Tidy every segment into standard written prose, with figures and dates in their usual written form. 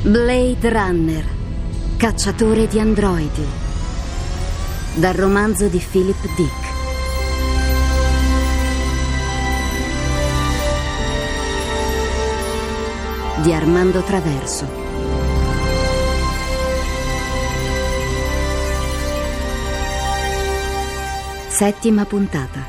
Blade Runner, cacciatore di androidi, dal romanzo di Philip Dick. Di Armando Traverso. Settima puntata.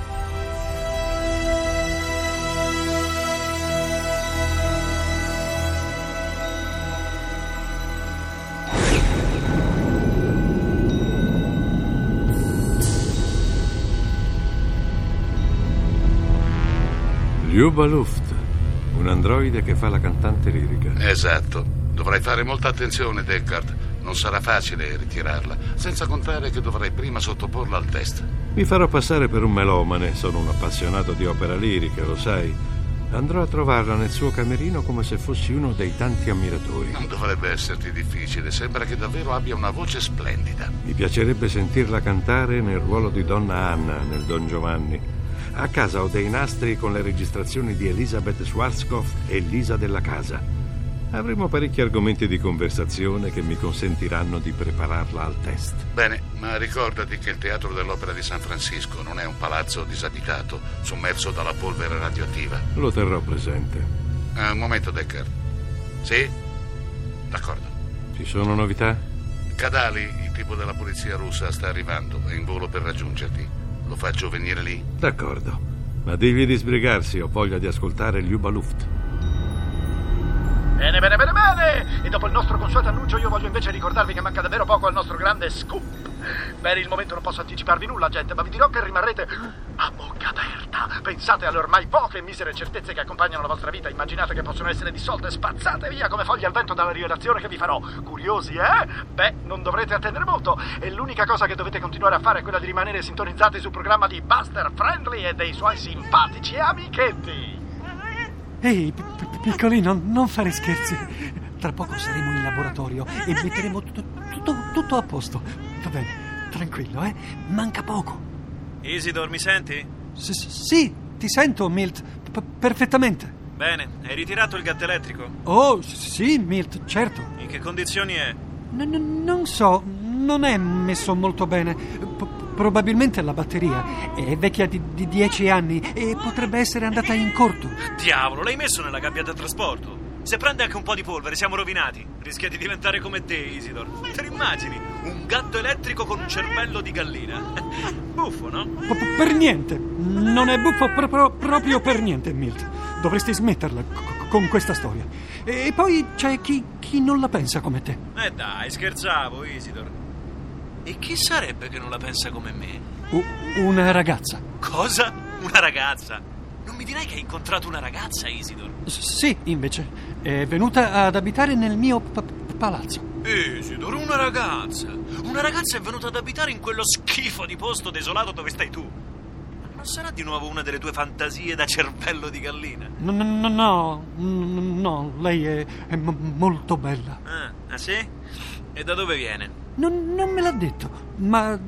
Ljuba Luft, un androide che fa la cantante lirica. Esatto. Dovrai fare molta attenzione, Deckard. Non sarà facile ritirarla, senza contare che dovrai prima sottoporla al test. Mi farò passare per un melomane, sono un appassionato di opera lirica, lo sai. Andrò a trovarla nel suo camerino come se fossi uno dei tanti ammiratori. Non dovrebbe esserti difficile, sembra che davvero abbia una voce splendida. Mi piacerebbe sentirla cantare nel ruolo di Donna Anna nel Don Giovanni. A casa ho dei nastri con le registrazioni di Elisabeth Schwarzkopf e Lisa della Casa. Avremo parecchi argomenti di conversazione che mi consentiranno di prepararla al test. Bene, ma ricordati che il Teatro dell'Opera di San Francisco non è un palazzo disabitato, sommerso dalla polvere radioattiva. Lo terrò presente. Un momento, Deckard. Sì? D'accordo. Ci sono novità? Kadali, il tipo della polizia russa, sta arrivando. È in volo per raggiungerti. Lo faccio venire lì? D'accordo. Ma digli di sbrigarsi, ho voglia di ascoltare Ljuba Luft. Bene. E dopo il nostro consueto annuncio io voglio invece ricordarvi che manca davvero poco al nostro grande scoop. Per il momento non posso anticiparvi nulla, gente, ma vi dirò che rimarrete a bocca aperta. Pensate alle ormai poche e misere certezze che accompagnano la vostra vita. Immaginate che possono essere dissolte e spazzate via come foglie al vento dalla rivelazione che vi farò. Curiosi, eh? Beh, non dovrete attendere molto. E l'unica cosa che dovete continuare a fare è quella di rimanere sintonizzati sul programma di Buster Friendly e dei suoi simpatici amichetti. Ehi, piccolino, non fare scherzi. Tra poco saremo in laboratorio e metteremo tutto a posto. Va bene, tranquillo, eh? Manca poco. Isidor, mi senti? Sì, ti sento, Milt, perfettamente. Bene, hai ritirato il gatto elettrico? Oh, sì, Milt, certo. In che condizioni è? Non so, non è messo molto bene. Probabilmente la batteria è vecchia di 10 anni e potrebbe essere andata in corto. Diavolo, l'hai messo nella gabbia da trasporto? Se prende anche un po' di polvere siamo rovinati. Rischia di diventare come te, Isidor. Te lo immagini? Un gatto elettrico con un cervello di gallina. Buffo, no? Per niente. Non è buffo proprio per niente, Milt. Dovresti smetterla con questa storia. E poi c'è chi non la pensa come te. Dai, scherzavo, Isidor. E chi sarebbe che non la pensa come me? Una ragazza. Cosa? Una ragazza? Non mi dirai che hai incontrato una ragazza, Isidor? Sì, invece. È venuta ad abitare nel mio palazzo. Isidor, una ragazza? Una ragazza è venuta ad abitare in quello schifo di posto desolato dove stai tu? Non sarà di nuovo una delle tue fantasie da cervello di gallina? No, lei è molto bella. Ah, sì? E da dove viene? Non me l'ha detto, ma...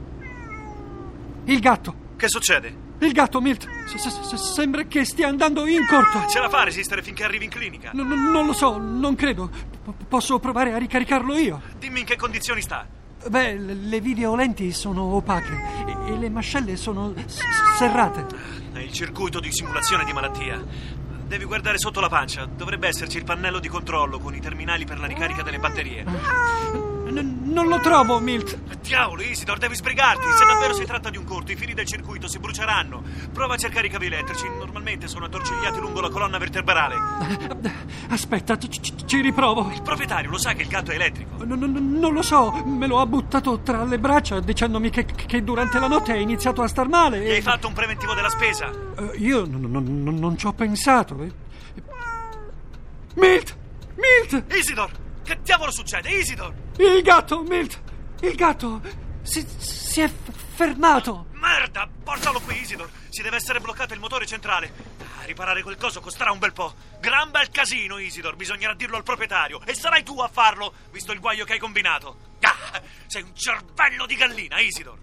Il gatto. Che succede? Il gatto, Milt, sembra che stia andando in corto. Ce la fa a resistere finché arrivi in clinica? Non lo so, non credo. Posso provare a ricaricarlo io. Dimmi in che condizioni sta. Beh, le videolenti sono opache e le mascelle sono serrate. È il circuito di simulazione di malattia. Devi guardare sotto la pancia. Dovrebbe esserci il pannello di controllo con i terminali per la ricarica delle batterie. Non lo trovo, Milt. Diavolo, Isidor, devi sbrigarti. Se davvero si tratta di un corto, i fili del circuito si bruceranno. Prova a cercare i cavi elettrici. Normalmente sono attorcigliati lungo la colonna vertebrale. Aspetta, ci riprovo. Il proprietario lo sa che il gatto è elettrico? Non lo so. Me lo ha buttato tra le braccia dicendomi che durante la notte ha iniziato a star male. Gli hai fatto un preventivo della spesa? Io non ci ho pensato. Milt! Isidor! Che diavolo succede, Isidor? Il gatto, Milt! Il gatto si è fermato! Merda! Portalo qui, Isidor! Si deve essere bloccato il motore centrale. Riparare quel coso costerà un bel po'. Gran bel casino, Isidor. Bisognerà dirlo al proprietario. E sarai tu a farlo, visto il guaio che hai combinato. Sei un cervello di gallina, Isidor!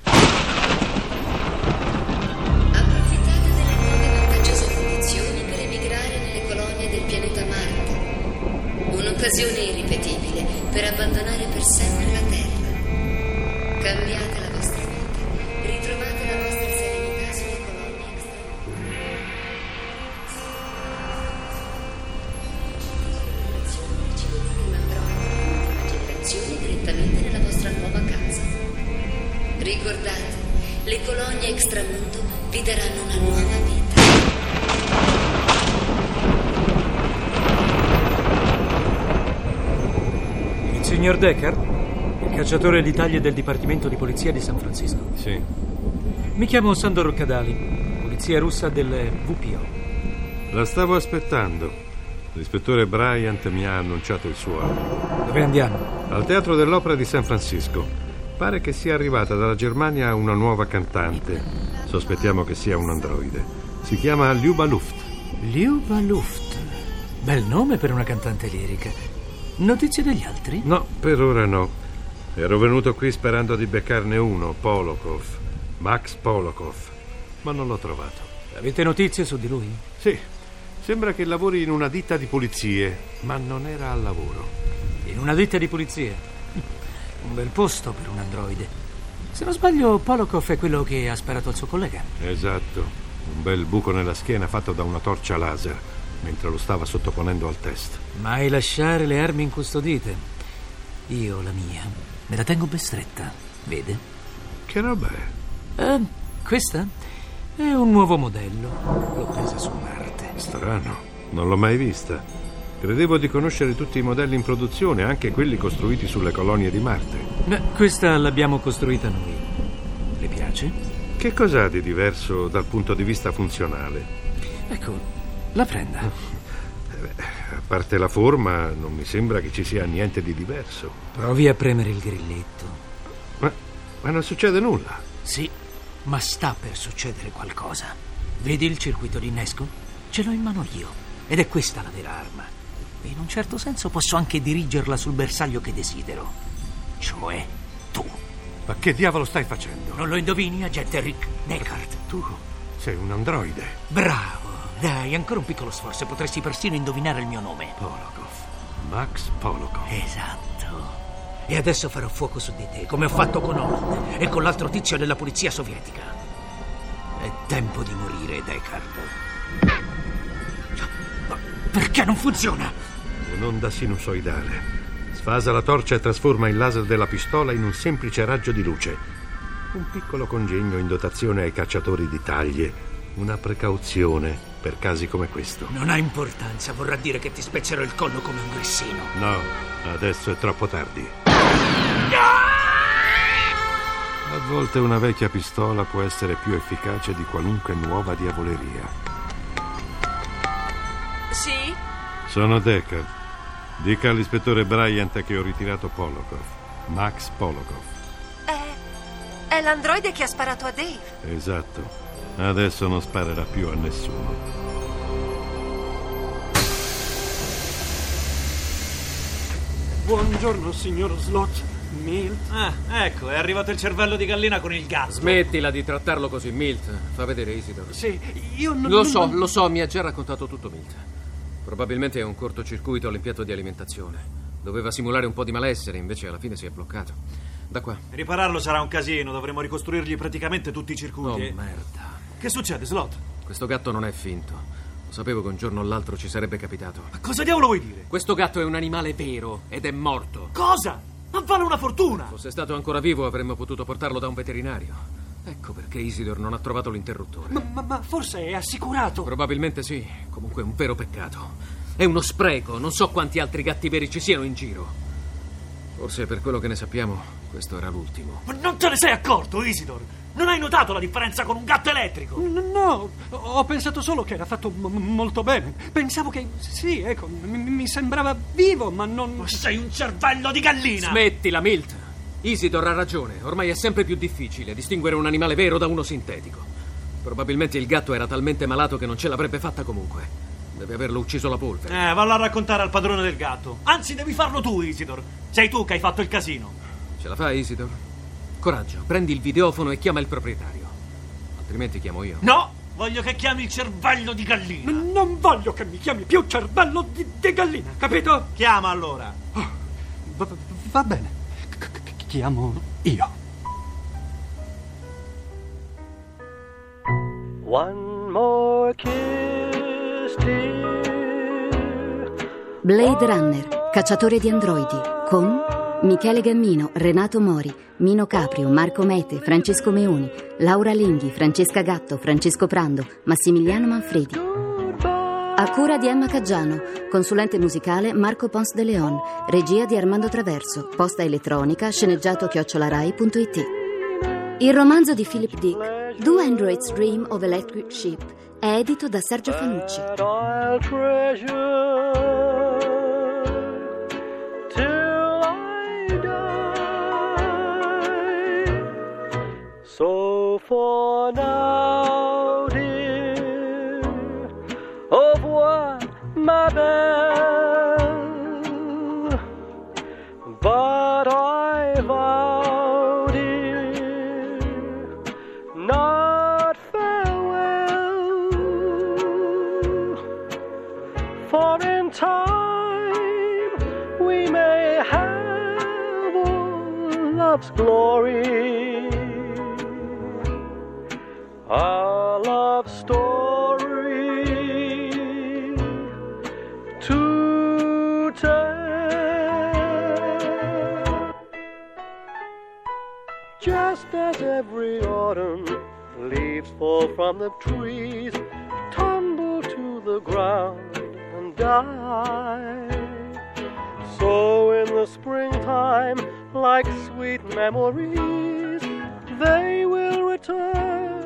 Approfittate delle nuove vantaggiose condizioni per emigrare nelle colonie del pianeta Marte. Un'occasione irripetibile vi daranno una nuova vita. Il signor Deckard? Il cacciatore di taglie del Dipartimento di Polizia di San Francisco. Sì. Mi chiamo Sandor Cadali, polizia russa del VPO. La stavo aspettando. L'ispettore Bryant mi ha annunciato il suo arrivo. Dove andiamo? Al Teatro dell'Opera di San Francisco. Pare che sia arrivata dalla Germania una nuova cantante. Sospettiamo che sia un androide. Si chiama Luba Luft. Luba Luft. Bel nome per una cantante lirica. Notizie degli altri? No, per ora no. Ero venuto qui sperando di beccarne uno, Polokov. Max Polokov. Ma non l'ho trovato. Avete notizie su di lui? Sì, sembra che lavori in una ditta di pulizie, ma non era al lavoro. In una ditta di polizia. Un bel posto per un androide. Se non sbaglio, Polokov è quello che ha sparato al suo collega. Esatto, un bel buco nella schiena fatto da una torcia laser, mentre lo stava sottoponendo al test. Mai lasciare le armi incustodite. Io la mia me la tengo ben stretta, vede? Che roba è? Questa è un nuovo modello. L'ho presa su Marte. Strano, non l'ho mai vista. Credevo di conoscere tutti i modelli in produzione, anche quelli costruiti sulle colonie di Marte. Beh, questa l'abbiamo costruita noi. Le piace? Che cos'ha di diverso dal punto di vista funzionale? Ecco, la prenda. A parte la forma, non mi sembra che ci sia niente di diverso. Provi a premere il grilletto. Ma non succede nulla. Sì, ma sta per succedere qualcosa. Vedi il circuito di innesco? Ce l'ho in mano io. Ed è questa la vera arma. E in un certo senso posso anche dirigerla sul bersaglio che desidero. Cioè, tu. Ma che diavolo stai facendo? Non lo indovini, agente Rick Deckard? Tu sei un androide. Bravo. Dai, ancora un piccolo sforzo e potresti persino indovinare il mio nome. Polokov. Max Polokov. Esatto. E adesso farò fuoco su di te, come ho fatto con Holland e con l'altro tizio della polizia sovietica. È tempo di morire, Deckard. Ma perché non funziona? Un'onda sinusoidale. Sfasa la torcia e trasforma il laser della pistola in un semplice raggio di luce. Un piccolo congegno in dotazione ai cacciatori di taglie. Una precauzione per casi come questo. Non ha importanza, vorrà dire che ti spezzerò il collo come un grissino. No, adesso è troppo tardi. A volte una vecchia pistola può essere più efficace di qualunque nuova diavoleria. Sì? Sono Deckard. Dica all'ispettore Bryant che ho ritirato Polokov. Max Polokov. È l'androide che ha sparato a Dave. Esatto. Adesso non sparerà più a nessuno. Buongiorno, signor Slot. Milt. Ah, ecco, è arrivato il cervello di gallina con il gatto. Smettila di trattarlo così, Milt. Fa vedere Isidor. Sì, io non... Lo so, mi ha già raccontato tutto Milt. Probabilmente è un cortocircuito all'impianto di alimentazione. Doveva simulare un po' di malessere, invece alla fine si è bloccato. Da qua. Ripararlo sarà un casino, dovremo ricostruirgli praticamente tutti i circuiti. Oh, merda. Che succede, Slot? Questo gatto non è finto. Lo sapevo che un giorno o l'altro ci sarebbe capitato. Ma cosa diavolo vuoi dire? Questo gatto è un animale vero ed è morto. Cosa? Ma vale una fortuna! Fosse stato ancora vivo avremmo potuto portarlo da un veterinario. Ecco perché Isidor non ha trovato l'interruttore. Ma forse è assicurato. Probabilmente sì. Comunque è un vero peccato. È uno spreco. Non so quanti altri gatti veri ci siano in giro. Forse per quello che ne sappiamo, questo era l'ultimo. Ma non te ne sei accorto, Isidor? Non hai notato la differenza con un gatto elettrico? No, ho pensato solo che era fatto molto bene. Pensavo che, sì, ecco, mi sembrava vivo, ma non... Ma sei un cervello di gallina! Smettila, Milt! Isidor ha ragione, ormai è sempre più difficile distinguere un animale vero da uno sintetico. Probabilmente il gatto era talmente malato che non ce l'avrebbe fatta comunque. Deve averlo ucciso la polvere. Vallo a raccontare al padrone del gatto. Anzi, devi farlo tu, Isidor. Sei tu che hai fatto il casino. Ce la fai, Isidor? Coraggio, prendi il videofono e chiama il proprietario. Altrimenti chiamo io. No! Voglio che chiami il cervello di gallina. Non voglio che mi chiami più cervello di gallina, capito? Chiama allora. Oh, va bene. Chiamo io. One more kiss, dear. Blade Runner, cacciatore di androidi, con Michele Gammino, Renato Mori, Mino Caprio, Marco Mete, Francesco Meoni, Laura Linghi, Francesca Gatto, Francesco Prando, Massimiliano Manfredi. A cura di Emma Caggiano, consulente musicale Marco Pons de Leon, regia di Armando Traverso, posta elettronica sceneggiato@rai.it. Il romanzo di Philip Dick, Do Androids Dream of Electric Sheep, è edito da Sergio Fanucci. So for now, dear, au revoir, ma belle. But I vow, dear, not farewell. For in time we may have all love's glory. Our love story to tell. Just as every autumn leaves fall from the trees, tumble to the ground and die, so in the springtime, like sweet memories, they will return